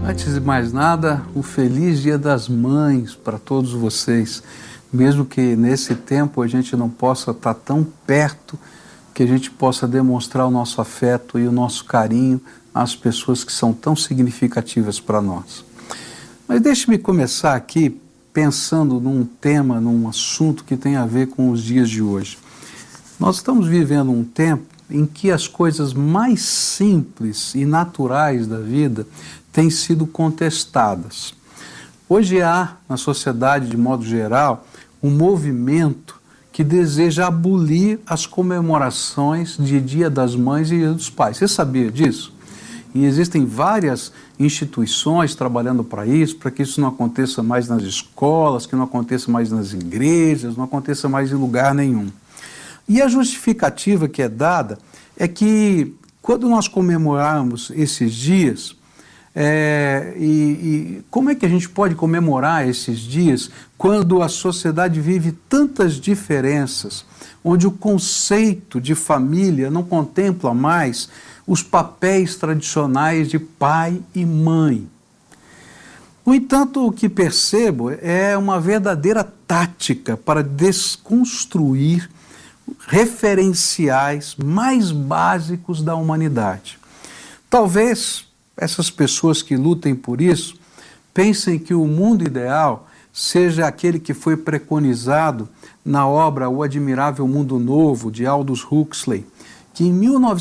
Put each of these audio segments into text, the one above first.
Antes de mais nada, um feliz Dia das Mães para todos vocês. Mesmo que nesse tempo a gente não possa estar tão perto, que a gente possa demonstrar o nosso afeto e o nosso carinho às pessoas que são tão significativas para nós. Mas deixe-me começar aqui pensando num tema, num assunto que tem a ver com os dias de hoje. Nós estamos vivendo um tempo em que as coisas mais simples e naturais da vida têm sido contestadas. Hoje há, na sociedade de modo geral, um movimento que deseja abolir as comemorações de Dia das Mães e Dia dos Pais. Você sabia disso? E existem várias instituições trabalhando para que isso não aconteça mais nas escolas, que não aconteça mais nas igrejas, não aconteça mais em lugar nenhum. E a justificativa que é dada é que quando nós comemorarmos esses dias, como é que a gente pode comemorar esses dias quando a sociedade vive tantas diferenças, onde o conceito de família não contempla mais os papéis tradicionais de pai e mãe? No entanto, o que percebo é uma verdadeira tática para desconstruir referenciais mais básicos da humanidade. Talvez essas pessoas que lutem por isso pensem que o mundo ideal seja aquele que foi preconizado na obra O Admirável Mundo Novo, de Aldous Huxley, que em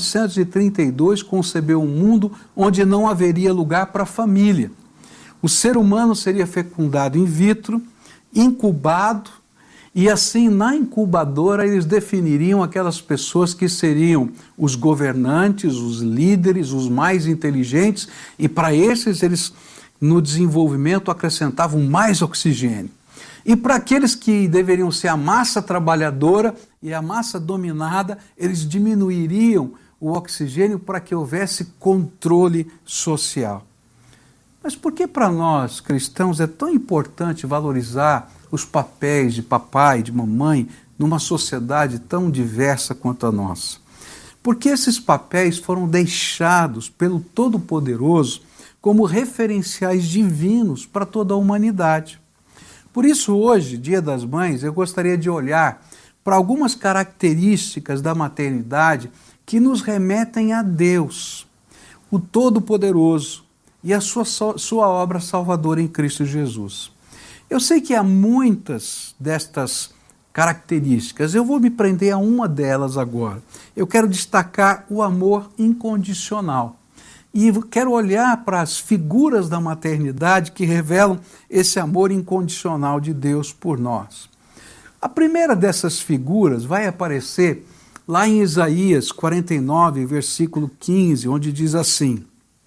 1932 concebeu um mundo onde não haveria lugar para a família. O ser humano seria fecundado in vitro, incubado, e assim, na incubadora, eles definiriam aquelas pessoas que seriam os governantes, os líderes, os mais inteligentes, e para esses, eles, no desenvolvimento, acrescentavam mais oxigênio. E para aqueles que deveriam ser a massa trabalhadora e a massa dominada, eles diminuiriam o oxigênio para que houvesse controle social. Mas por que para nós, cristãos, é tão importante valorizar os papéis de papai, de mamãe, numa sociedade tão diversa quanto a nossa? Porque esses papéis foram deixados pelo Todo-Poderoso como referenciais divinos para toda a humanidade. Por isso, hoje, Dia das Mães, eu gostaria de olhar para algumas características da maternidade que nos remetem a Deus, o Todo-Poderoso, e a sua obra salvadora em Cristo Jesus. Eu sei que há muitas destas características, eu vou me prender a uma delas agora. Eu quero destacar o amor incondicional. E quero olhar para as figuras da maternidade que revelam esse amor incondicional de Deus por nós. A primeira dessas figuras vai aparecer lá em Isaías 49, versículo 15, onde diz assim: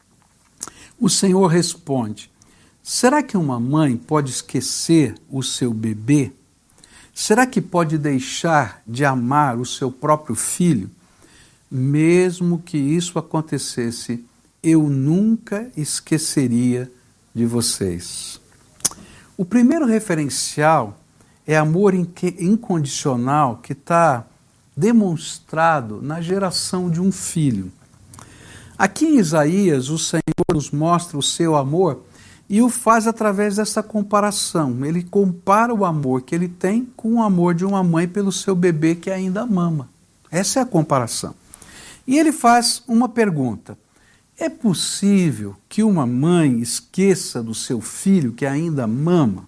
o Senhor responde: será que uma mãe pode esquecer o seu bebê? Será que pode deixar de amar o seu próprio filho? Mesmo que isso acontecesse, eu nunca esqueceria de vocês. O primeiro referencial é amor incondicional que está demonstrado na geração de um filho. Aqui em Isaías, o Senhor nos mostra o seu amor e o faz através dessa comparação. Ele compara o amor que ele tem com o amor de uma mãe pelo seu bebê que ainda mama. Essa é a comparação. E ele faz uma pergunta: é possível que uma mãe esqueça do seu filho que ainda mama?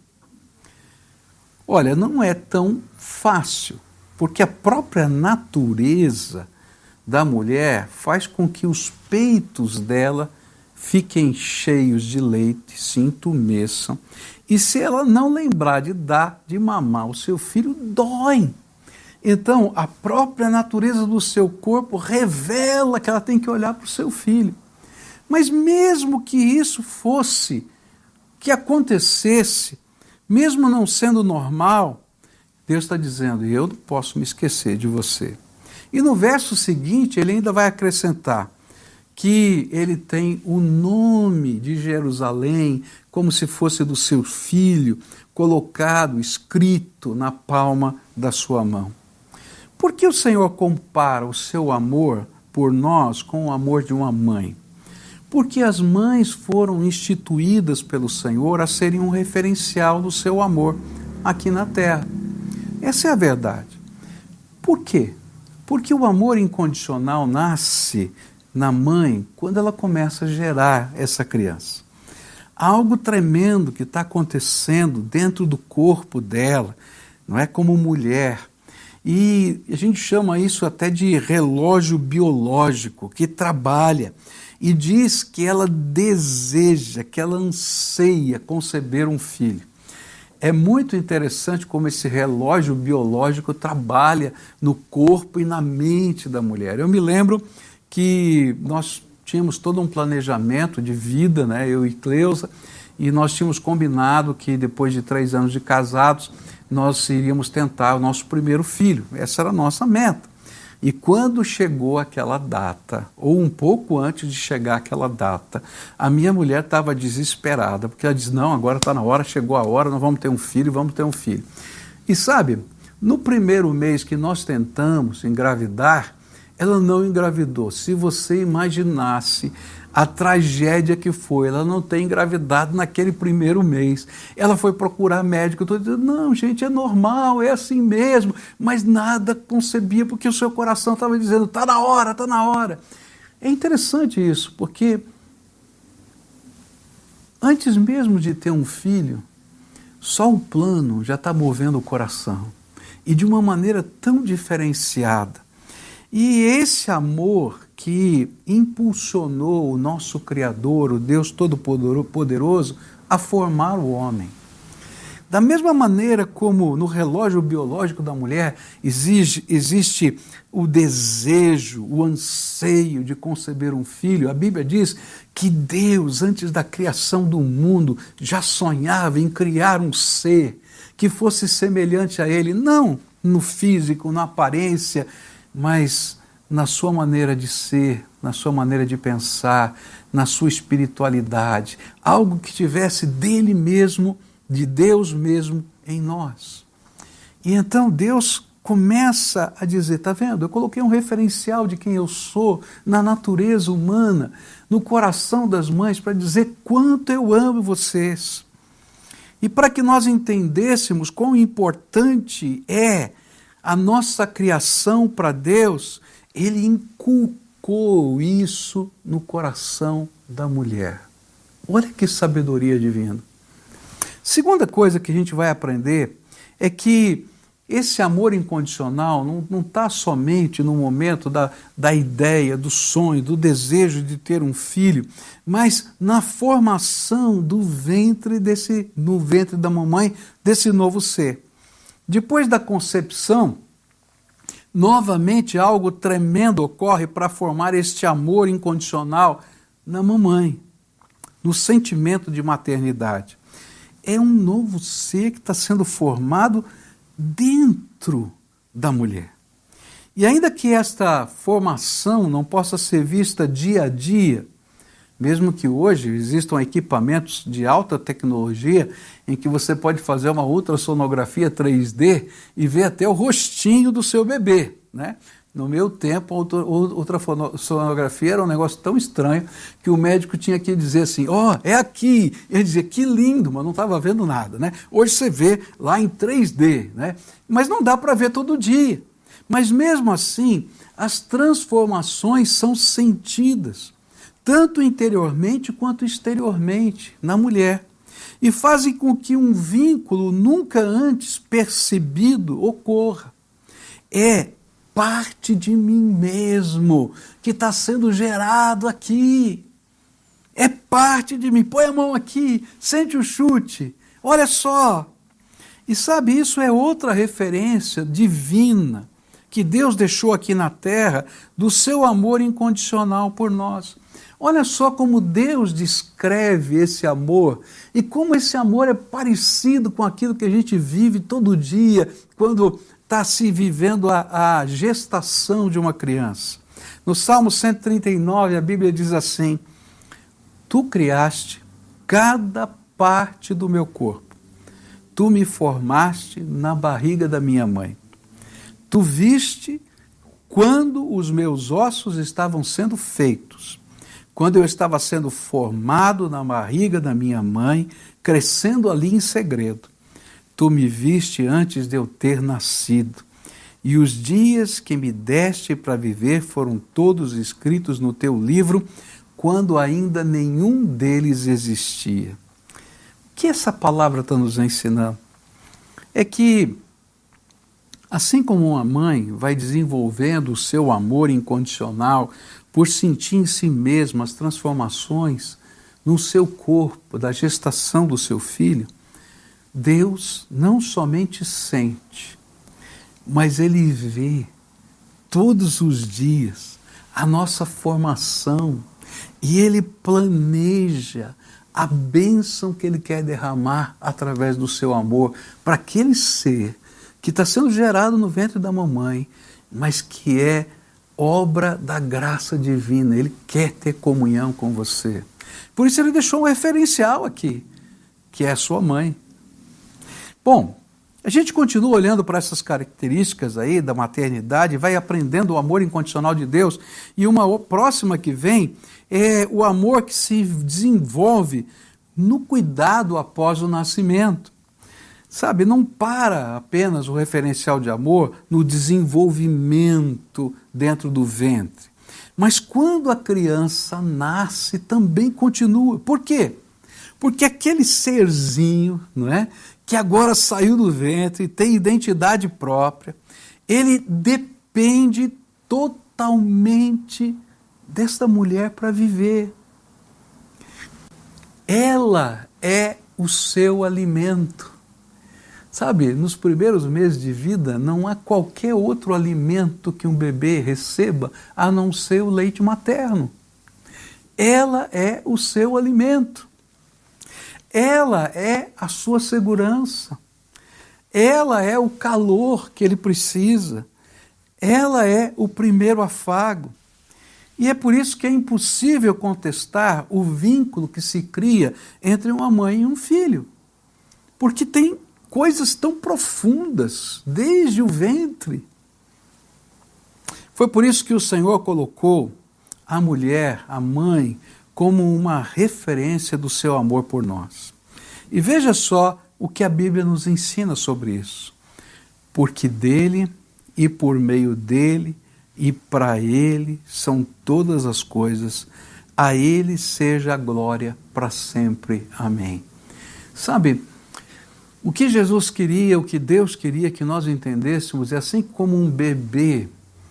Olha, não é tão fácil, porque a própria natureza da mulher faz com que os peitos dela fiquem cheios de leite, se entumeçam, e se ela não lembrar de dar de mamar o seu filho, dói. Então, a própria natureza do seu corpo revela que ela tem que olhar para o seu filho. Mas mesmo que isso fosse, que acontecesse, mesmo não sendo normal, Deus está dizendo: eu não posso me esquecer de você. E no verso seguinte, ele ainda vai acrescentar que ele tem o nome de Jerusalém como se fosse do seu filho, colocado, escrito na palma da sua mão. Por que o Senhor compara o seu amor por nós com o amor de uma mãe? Porque as mães foram instituídas pelo Senhor a serem um referencial do seu amor aqui na terra. Essa é a verdade. Por quê? Porque o amor incondicional nasce na mãe quando ela começa a gerar essa criança. Há algo tremendo que está acontecendo dentro do corpo dela, não é, como mulher. E a gente chama isso até de relógio biológico, que trabalha e diz que ela deseja, que ela anseia conceber um filho. É muito interessante como esse relógio biológico trabalha no corpo e na mente da mulher. Eu me lembro que nós tínhamos todo um planejamento de vida, né, eu e Cleusa, e nós tínhamos combinado que depois de 3 anos de casados, nós iríamos tentar o nosso primeiro filho. Essa era a nossa meta. E quando chegou aquela data, ou um pouco antes de chegar aquela data, a minha mulher estava desesperada, porque ela disse, não, agora está na hora, chegou a hora, nós vamos ter um filho, vamos ter um filho. E sabe, no primeiro mês que nós tentamos engravidar, ela não engravidou. Se você imaginasse a tragédia que foi, ela não ter engravidado naquele primeiro mês. Ela foi procurar médico, todo dizendo, não, gente, é normal, é assim mesmo, mas nada concebia, porque o seu coração estava dizendo, está na hora, está na hora. É interessante isso, porque antes mesmo de ter um filho, só o plano já está movendo o coração, e de uma maneira tão diferenciada. E esse amor que impulsionou o nosso Criador, o Deus Todo-Poderoso, a formar o homem. Da mesma maneira como no relógio biológico da mulher existe o desejo, o anseio de conceber um filho, a Bíblia diz que Deus, antes da criação do mundo, já sonhava em criar um ser que fosse semelhante a ele, não no físico, na aparência, mas na sua maneira de ser, na sua maneira de pensar, na sua espiritualidade, algo que tivesse dele mesmo, de Deus mesmo em nós. E então Deus começa a dizer, está vendo, eu coloquei um referencial de quem eu sou na natureza humana, no coração das mães, para dizer quanto eu amo vocês. E para que nós entendêssemos quão importante é a nossa criação para Deus, Ele inculcou isso no coração da mulher. Olha que sabedoria divina. Segunda coisa que a gente vai aprender é que esse amor incondicional não está somente no momento da ideia, do sonho, do desejo de ter um filho, mas na formação do ventre no ventre da mamãe, desse novo ser. Depois da concepção, novamente algo tremendo ocorre para formar este amor incondicional na mamãe, no sentimento de maternidade. É um novo ser que está sendo formado dentro da mulher. E ainda que esta formação não possa ser vista dia a dia, mesmo que hoje existam equipamentos de alta tecnologia em que você pode fazer uma ultrassonografia 3D e ver até o rostinho do seu bebê, né? No meu tempo, a ultrassonografia era um negócio tão estranho que o médico tinha que dizer assim, é aqui. Ele dizia, que lindo, mas não estava vendo nada, né? Hoje você vê lá em 3D, né? Mas não dá para ver todo dia. Mas mesmo assim, as transformações são sentidas, tanto interiormente quanto exteriormente, na mulher, e fazem com que um vínculo nunca antes percebido ocorra. É parte de mim mesmo que está sendo gerado aqui. É parte de mim. Põe a mão aqui, sente o chute, olha só. E sabe, isso é outra referência divina que Deus deixou aqui na terra do seu amor incondicional por nós. Olha só como Deus descreve esse amor e como esse amor é parecido com aquilo que a gente vive todo dia quando está se vivendo a gestação de uma criança. No Salmo 139, a Bíblia diz assim, tu criaste cada parte do meu corpo, tu me formaste na barriga da minha mãe, tu viste quando os meus ossos estavam sendo feitos, quando eu estava sendo formado na barriga da minha mãe, crescendo ali em segredo. Tu me viste antes de eu ter nascido, e os dias que me deste para viver foram todos escritos no teu livro, quando ainda nenhum deles existia. O que essa palavra está nos ensinando? É que, assim como uma mãe vai desenvolvendo o seu amor incondicional por sentir em si mesma as transformações no seu corpo, da gestação do seu filho, Deus não somente sente, mas Ele vê todos os dias a nossa formação e Ele planeja a bênção que Ele quer derramar através do seu amor para aquele ser que está sendo gerado no ventre da mamãe, mas que é obra da graça divina. Ele quer ter comunhão com você. Por isso Ele deixou um referencial aqui, que é a sua mãe. Bom, a gente continua olhando para essas características aí da maternidade, vai aprendendo o amor incondicional de Deus, e uma próxima que vem é o amor que se desenvolve no cuidado após o nascimento. Sabe, não para apenas o referencial de amor no desenvolvimento dentro do ventre, mas quando a criança nasce também continua. Por quê? Porque aquele serzinho, não é, que agora saiu do ventre, tem identidade própria, ele depende totalmente desta mulher para viver. Ela é o seu alimento. Sabe, nos primeiros meses de vida não há qualquer outro alimento que um bebê receba a não ser o leite materno. Ela é o seu alimento. Ela é a sua segurança. Ela é o calor que ele precisa. Ela é o primeiro afago. E é por isso que é impossível contestar o vínculo que se cria entre uma mãe e um filho. Porque tem coisas tão profundas desde o ventre. Foi por isso que o Senhor colocou a mulher, a mãe, como uma referência do seu amor por nós. E veja só o que a Bíblia nos ensina sobre isso. Porque dele e por meio dele e para ele são todas as coisas, a ele seja a glória para sempre. Amém. Sabe, o que Jesus queria, o que Deus queria que nós entendêssemos é assim como um bebê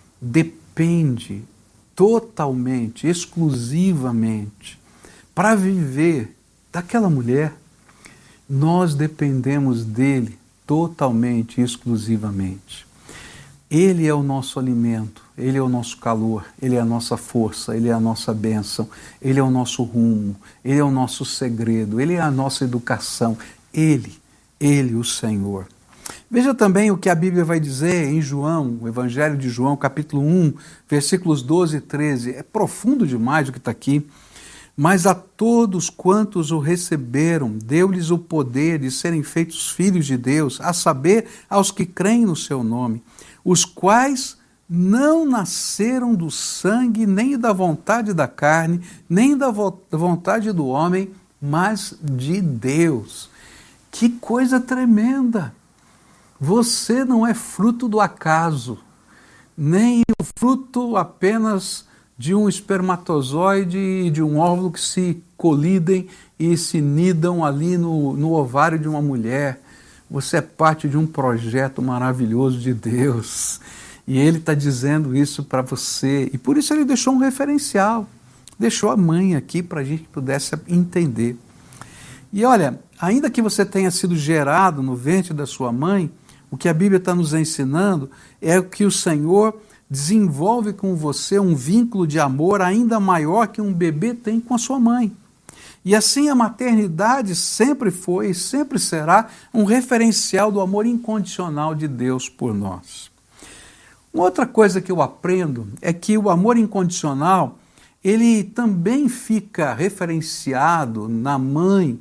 depende totalmente, exclusivamente, para viver daquela mulher, nós dependemos dele totalmente, exclusivamente. Ele é o nosso alimento, ele é o nosso calor, ele é a nossa força, ele é a nossa bênção, ele é o nosso rumo, ele é o nosso segredo, ele é a nossa educação, ele, o Senhor. Veja também o que a Bíblia vai dizer em João, o Evangelho de João, capítulo 1, versículos 12 e 13. É profundo demais o que está aqui. Mas a todos quantos o receberam, deu-lhes o poder de serem feitos filhos de Deus, a saber, aos que creem no seu nome, os quais não nasceram do sangue, nem da vontade da carne, nem da vontade do homem, mas de Deus. Que coisa tremenda! Você não é fruto do acaso, nem o fruto apenas de um espermatozoide e de um óvulo que se colidem e se nidam ali no ovário de uma mulher. Você é parte de um projeto maravilhoso de Deus. E Ele está dizendo isso para você. E por isso Ele deixou um referencial. Deixou a mãe aqui para a gente pudesse entender. E olha, ainda que você tenha sido gerado no ventre da sua mãe, o que a Bíblia está nos ensinando é que o Senhor desenvolve com você um vínculo de amor ainda maior que um bebê tem com a sua mãe. E assim a maternidade sempre foi e sempre será um referencial do amor incondicional de Deus por nós. Uma outra coisa que eu aprendo é que o amor incondicional, ele também fica referenciado na mãe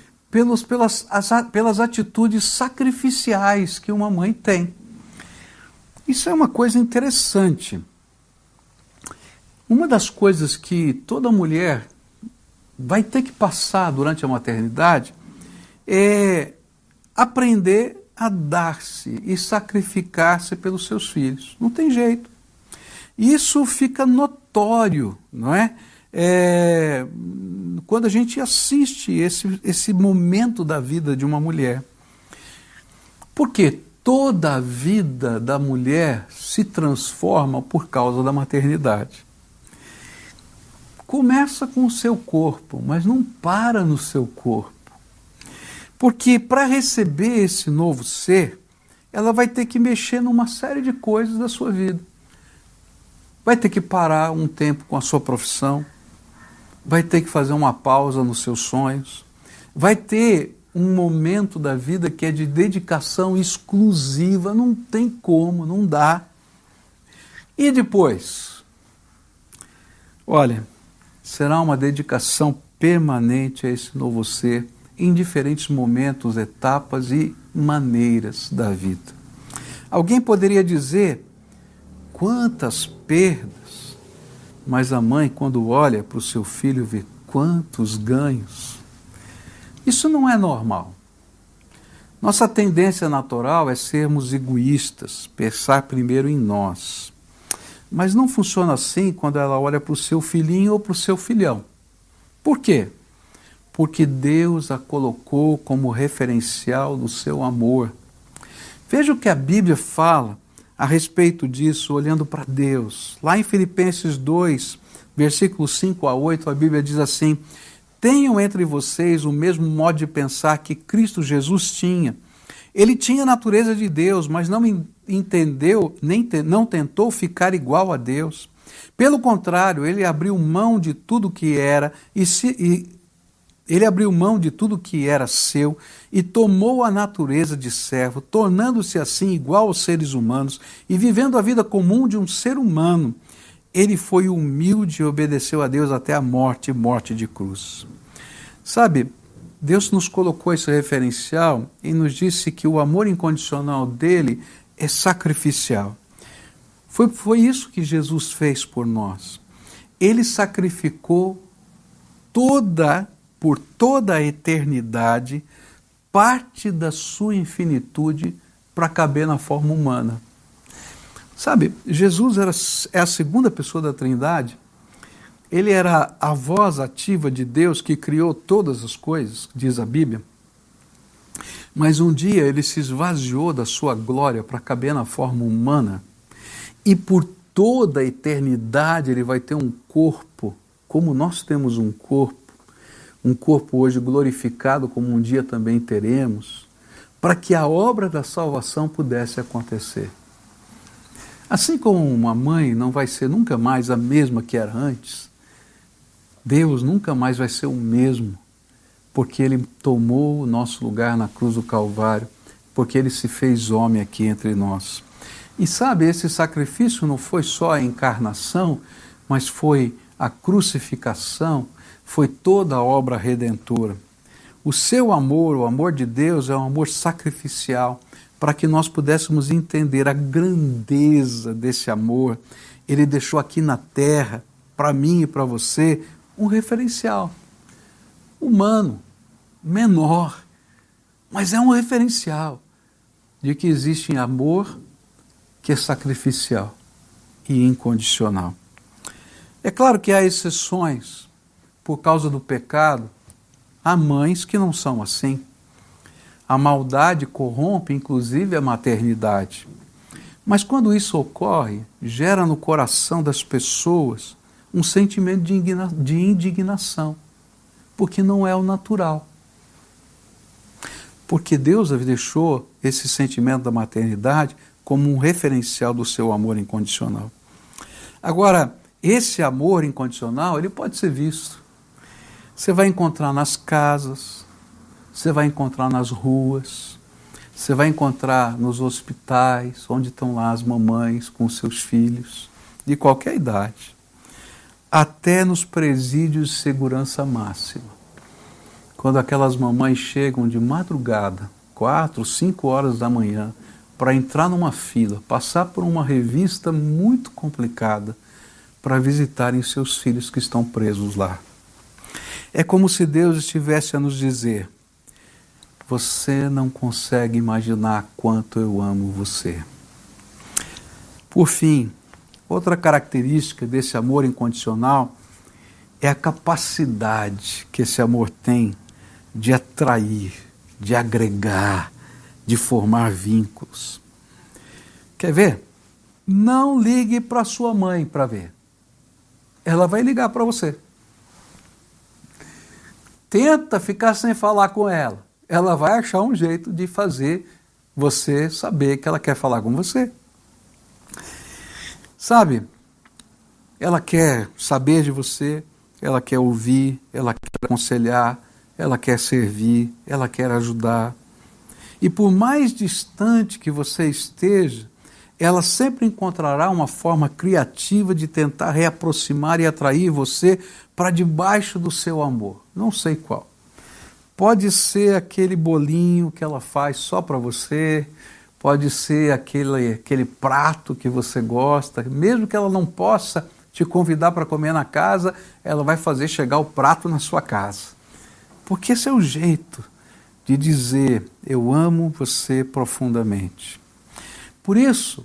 pelas atitudes sacrificiais que uma mãe tem. Isso é uma coisa interessante. Uma das coisas que toda mulher vai ter que passar durante a maternidade é aprender a dar-se e sacrificar-se pelos seus filhos. Não tem jeito. Isso fica notório, não é? Quando a gente assiste esse momento da vida de uma mulher. Porque toda a vida da mulher se transforma por causa da maternidade. Começa com o seu corpo, mas não para no seu corpo. Porque para receber esse novo ser, ela vai ter que mexer numa série de coisas da sua vida. Vai ter que parar um tempo com a sua profissão, vai ter que fazer uma pausa nos seus sonhos, vai ter um momento da vida que é de dedicação exclusiva, não tem como, não dá. E depois? Olha, será uma dedicação permanente a esse novo ser, em diferentes momentos, etapas e maneiras da vida. Alguém poderia dizer, quantas perdas, mas a mãe, quando olha para o seu filho, vê quantos ganhos. Isso não é normal. Nossa tendência natural é sermos egoístas, pensar primeiro em nós. Mas não funciona assim quando ela olha para o seu filhinho ou para o seu filhão. Por quê? Porque Deus a colocou como referencial do seu amor. Veja o que a Bíblia fala a respeito disso, olhando para Deus. Lá em Filipenses 2, versículos 5 a 8, a Bíblia diz assim: tenham entre vocês o mesmo modo de pensar que Cristo Jesus tinha. Ele tinha a natureza de Deus, mas não entendeu, não tentou ficar igual a Deus. Pelo contrário, ele abriu mão de tudo que era ele abriu mão de tudo que era seu e tomou a natureza de servo, tornando-se assim igual aos seres humanos e vivendo a vida comum de um ser humano. Ele foi humilde e obedeceu a Deus até a morte de cruz. Sabe, Deus nos colocou esse referencial e nos disse que o amor incondicional dele é sacrificial. Foi isso que Jesus fez por nós. Ele sacrificou por toda a eternidade, parte da sua infinitude para caber na forma humana. Sabe, Jesus é a segunda pessoa da Trindade. Ele era a voz ativa de Deus que criou todas as coisas, diz a Bíblia. Mas um dia ele se esvaziou da sua glória para caber na forma humana. E por toda a eternidade ele vai ter um corpo, como nós temos um corpo hoje glorificado, como um dia também teremos, para que a obra da salvação pudesse acontecer. Assim como uma mãe não vai ser nunca mais a mesma que era antes, Deus nunca mais vai ser o mesmo, porque Ele tomou o nosso lugar na cruz do Calvário, porque Ele se fez homem aqui entre nós. E sabe, esse sacrifício não foi só a encarnação, mas foi a crucificação, foi toda a obra redentora. O seu amor, o amor de Deus, é um amor sacrificial, para que nós pudéssemos entender a grandeza desse amor. Ele deixou aqui na terra, para mim e para você, um referencial humano, menor, mas é um referencial de que existe amor que é sacrificial e incondicional. É claro que há exceções. Por causa do pecado, há mães que não são assim. A maldade corrompe, inclusive, a maternidade. Mas quando isso ocorre, gera no coração das pessoas um sentimento de indignação, porque não é o natural. Porque Deus deixou esse sentimento da maternidade como um referencial do seu amor incondicional. Agora, esse amor incondicional, ele pode ser visto. Você vai encontrar nas casas, você vai encontrar nas ruas, você vai encontrar nos hospitais, onde estão lá as mamães com seus filhos, de qualquer idade, até nos presídios de segurança máxima. Quando aquelas mamães chegam de madrugada, 4, 5 horas da manhã, para entrar numa fila, passar por uma revista muito complicada, para visitarem seus filhos que estão presos lá. É como se Deus estivesse a nos dizer: você não consegue imaginar quanto eu amo você. Por fim, outra característica desse amor incondicional é a capacidade que esse amor tem de atrair, de agregar, de formar vínculos. Quer ver? Não ligue para sua mãe para ver. Ela vai ligar para você. Tenta ficar sem falar com ela. Ela vai achar um jeito de fazer você saber que ela quer falar com você. Sabe? Ela quer saber de você, ela quer ouvir, ela quer aconselhar, ela quer servir, ela quer ajudar. E por mais distante que você esteja, ela sempre encontrará uma forma criativa de tentar reaproximar e atrair você para debaixo do seu amor. Não sei qual. Pode ser aquele bolinho que ela faz só para você, pode ser aquele prato que você gosta, mesmo que ela não possa te convidar para comer na casa, ela vai fazer chegar o prato na sua casa. Porque esse é o jeito de dizer: eu amo você profundamente. Por isso,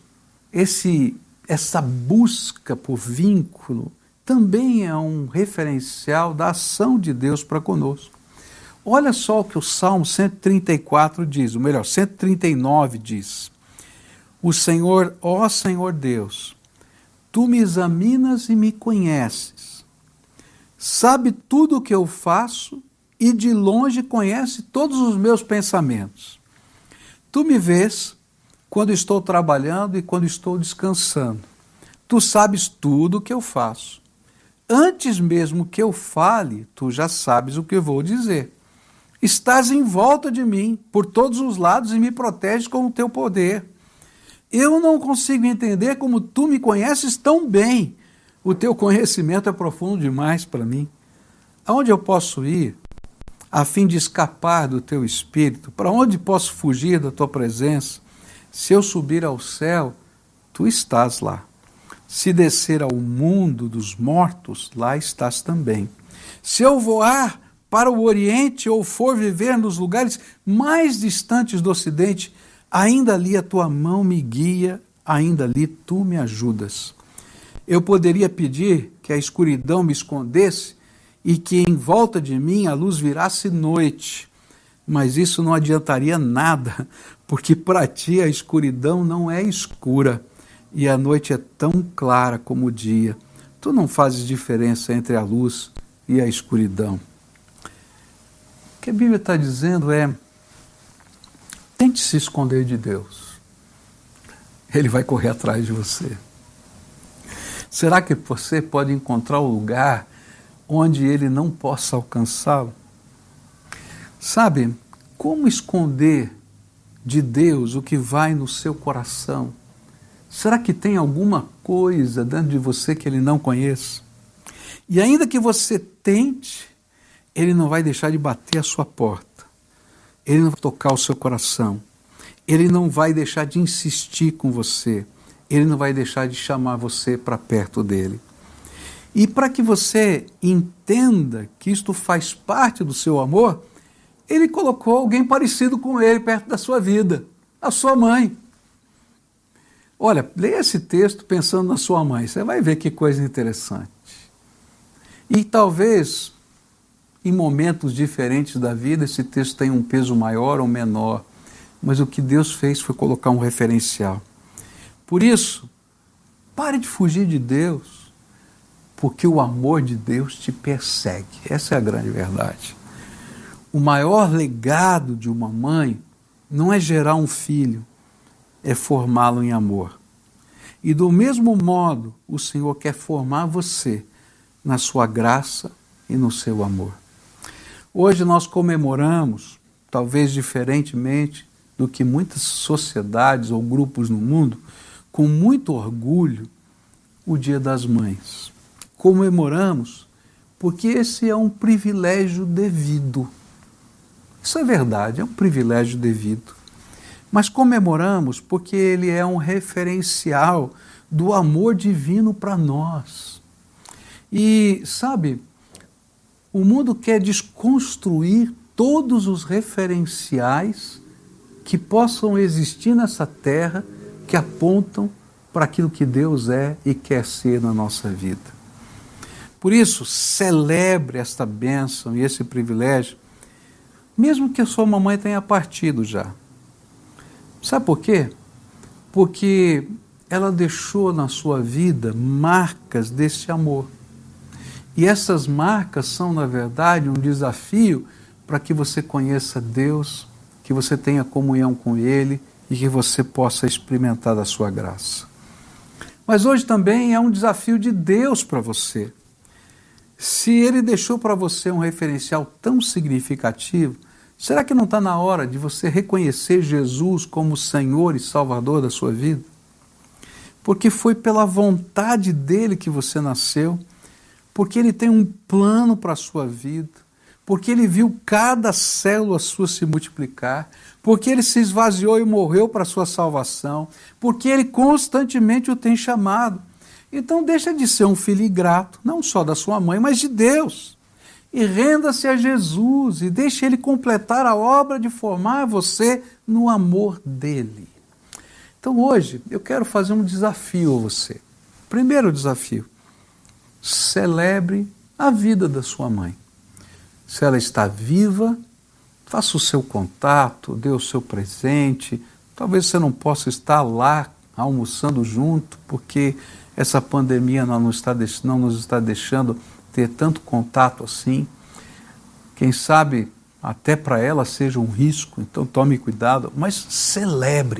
essa busca por vínculo também é um referencial da ação de Deus para conosco. Olha só o que o Salmo 134 diz, ou melhor, 139 diz: o Senhor, ó Senhor Deus, tu me examinas e me conheces, sabe tudo o que eu faço e de longe conhece todos os meus pensamentos. Tu me vês quando estou trabalhando e quando estou descansando. Tu sabes tudo o que eu faço. Antes mesmo que eu fale, tu já sabes o que eu vou dizer. Estás em volta de mim, por todos os lados, e me proteges com o teu poder. Eu não consigo entender como tu me conheces tão bem. O teu conhecimento é profundo demais para mim. Aonde eu posso ir a fim de escapar do teu espírito? Para onde posso fugir da tua presença? Se eu subir ao céu, tu estás lá. Se descer ao mundo dos mortos, lá estás também. Se eu voar para o Oriente ou for viver nos lugares mais distantes do Ocidente, ainda ali a tua mão me guia, ainda ali tu me ajudas. Eu poderia pedir que a escuridão me escondesse e que em volta de mim a luz virasse noite, mas isso não adiantaria nada, porque para ti a escuridão não é escura e a noite é tão clara como o dia. Tu não fazes diferença entre a luz e a escuridão. O que a Bíblia está dizendo é: tente se esconder de Deus. Ele vai correr atrás de você. Será que você pode encontrar um lugar onde ele não possa alcançá-lo? Sabe, como esconder de Deus o que vai no seu coração? Será que tem alguma coisa dentro de você que ele não conhece? E ainda que você tente, ele não vai deixar de bater a sua porta. Ele não vai tocar o seu coração. Ele não vai deixar de insistir com você. Ele não vai deixar de chamar você para perto dele. E para que você entenda que isto faz parte do seu amor, ele colocou alguém parecido com ele perto da sua vida, a sua mãe. Olha, leia esse texto pensando na sua mãe, você vai ver que coisa interessante. E talvez, em momentos diferentes da vida, esse texto tenha um peso maior ou menor, mas o que Deus fez foi colocar um referencial. Por isso, pare de fugir de Deus, porque o amor de Deus te persegue. Essa é a grande verdade. O maior legado de uma mãe não é gerar um filho, é formá-lo em amor. E do mesmo modo, o Senhor quer formar você na sua graça e no seu amor. Hoje nós comemoramos, talvez diferentemente do que muitas sociedades ou grupos no mundo, com muito orgulho, o Dia das Mães. Comemoramos porque esse é um privilégio devido. Isso é verdade, é um privilégio devido. Mas comemoramos porque ele é um referencial do amor divino para nós. E, sabe, o mundo quer desconstruir todos os referenciais que possam existir nessa terra que apontam para aquilo que Deus é e quer ser na nossa vida. Por isso, celebre esta bênção e esse privilégio, mesmo que a sua mamãe tenha partido já. Sabe por quê? Porque ela deixou na sua vida marcas desse amor. E essas marcas são, na verdade, um desafio para que você conheça Deus, que você tenha comunhão com Ele e que você possa experimentar da sua graça. Mas hoje também é um desafio de Deus para você. Se Ele deixou para você um referencial tão significativo, será que não está na hora de você reconhecer Jesus como Senhor e Salvador da sua vida? Porque foi pela vontade dEle que você nasceu, porque Ele tem um plano para a sua vida, porque Ele viu cada célula sua se multiplicar, porque Ele se esvaziou e morreu para a sua salvação, porque Ele constantemente o tem chamado. Então deixa de ser um filho ingrato, não só da sua mãe, mas de Deus. E renda-se a Jesus e deixe Ele completar a obra de formar você no amor dEle. Então hoje eu quero fazer um desafio a você. Primeiro desafio, celebre a vida da sua mãe. Se ela está viva, faça o seu contato, dê o seu presente. Talvez você não possa estar lá almoçando junto, porque essa pandemia não nos está deixando ter tanto contato assim. Quem sabe até para ela seja um risco, então tome cuidado, mas celebre.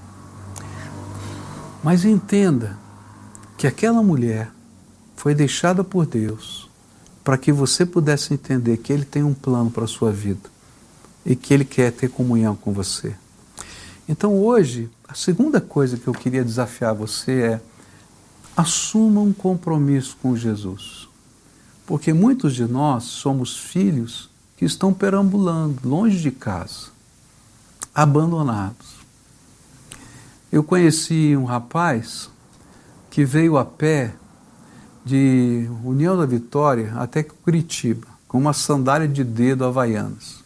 Mas entenda que aquela mulher foi deixada por Deus para que você pudesse entender que Ele tem um plano para a sua vida e que Ele quer ter comunhão com você. Então hoje, a segunda coisa que eu queria desafiar você é: assuma um compromisso com Jesus. Porque muitos de nós somos filhos que estão perambulando, longe de casa, abandonados. Eu conheci um rapaz que veio a pé de União da Vitória até Curitiba, com uma sandália de dedo havaianas.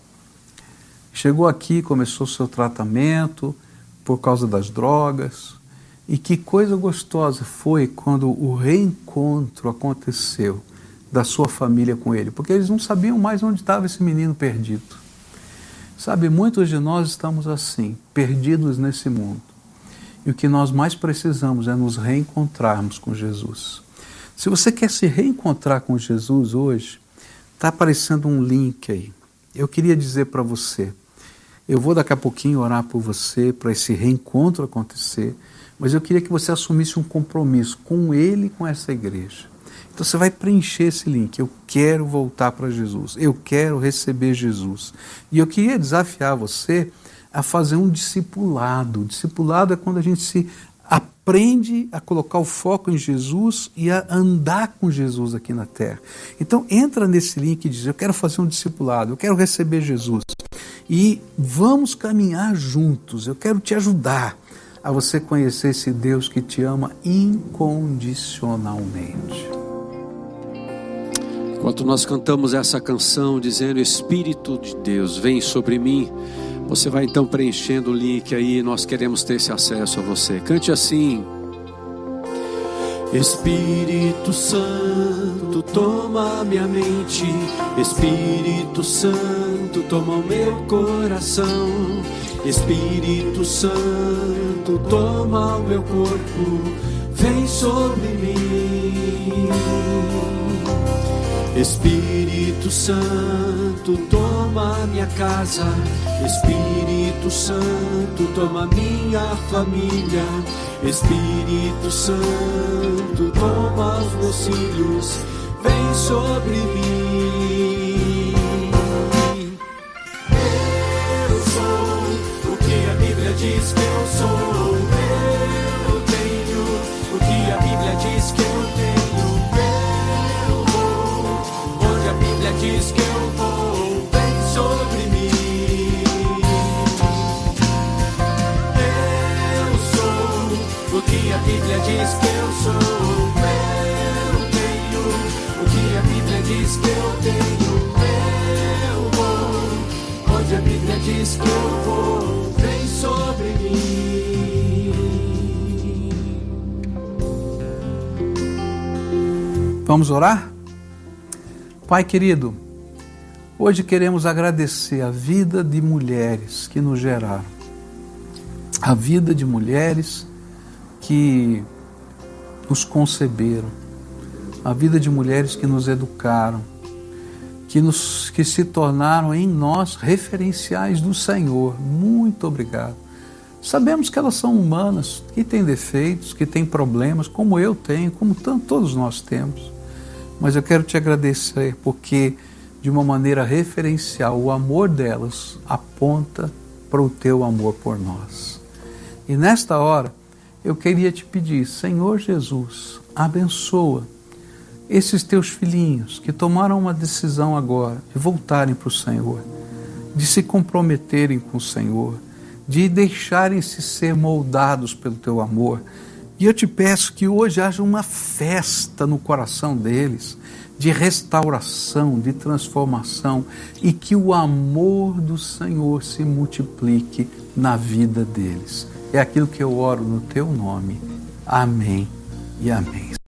Chegou aqui, começou seu tratamento por causa das drogas. E que coisa gostosa foi quando o reencontro aconteceu da sua família com ele, porque eles não sabiam mais onde estava esse menino perdido. Sabe, muitos de nós estamos assim, perdidos nesse mundo. E o que nós mais precisamos é nos reencontrarmos com Jesus. Se você quer se reencontrar com Jesus hoje, está aparecendo um link aí. Eu queria dizer para você, eu vou daqui a pouquinho orar por você, para esse reencontro acontecer, mas eu queria que você assumisse um compromisso com Ele e com essa igreja. Então você vai preencher esse link. Eu quero voltar para Jesus. Eu quero receber Jesus. E eu queria desafiar você a fazer um discipulado. O discipulado é quando a gente se aprende a colocar o foco em Jesus e a andar com Jesus aqui na terra. Então entra nesse link e diz: eu quero fazer um discipulado, eu quero receber Jesus. E vamos caminhar juntos. Eu quero te ajudar a você conhecer esse Deus que te ama incondicionalmente. Enquanto nós cantamos essa canção dizendo: Espírito de Deus, vem sobre mim, você vai então preenchendo o link aí, nós queremos ter esse acesso a você. Cante assim: Espírito Santo, toma minha mente, Espírito Santo, toma o meu coração, Espírito Santo, toma o meu corpo, vem sobre mim. Espírito Santo, toma minha casa, Espírito Santo, toma minha família, Espírito Santo, toma os meus filhos, vem sobre mim. Eu sou o que a Bíblia diz que eu sou, eu tenho o que a Bíblia diz que eu tenho. Diz que eu vou, vem sobre mim. Eu sou o que a Bíblia diz que eu sou. Eu tenho diz que eu vou, vem sobre mim. Vamos orar? Pai querido, hoje queremos agradecer a vida de mulheres que nos geraram, a vida de mulheres que nos conceberam, a vida de mulheres que nos educaram, que se tornaram em nós referenciais do Senhor. Muito obrigado. Sabemos que elas são humanas, que têm defeitos, que têm problemas, como eu tenho, como todos nós temos. Mas eu quero te agradecer porque, de uma maneira referencial, o amor delas aponta para o teu amor por nós. E nesta hora, eu queria te pedir, Senhor Jesus, abençoa esses teus filhinhos que tomaram uma decisão agora de voltarem para o Senhor, de se comprometerem com o Senhor, de deixarem-se ser moldados pelo teu amor. E eu te peço que hoje haja uma festa no coração deles, de restauração, de transformação, e que o amor do Senhor se multiplique na vida deles. É aquilo que eu oro no teu nome. Amém e amém.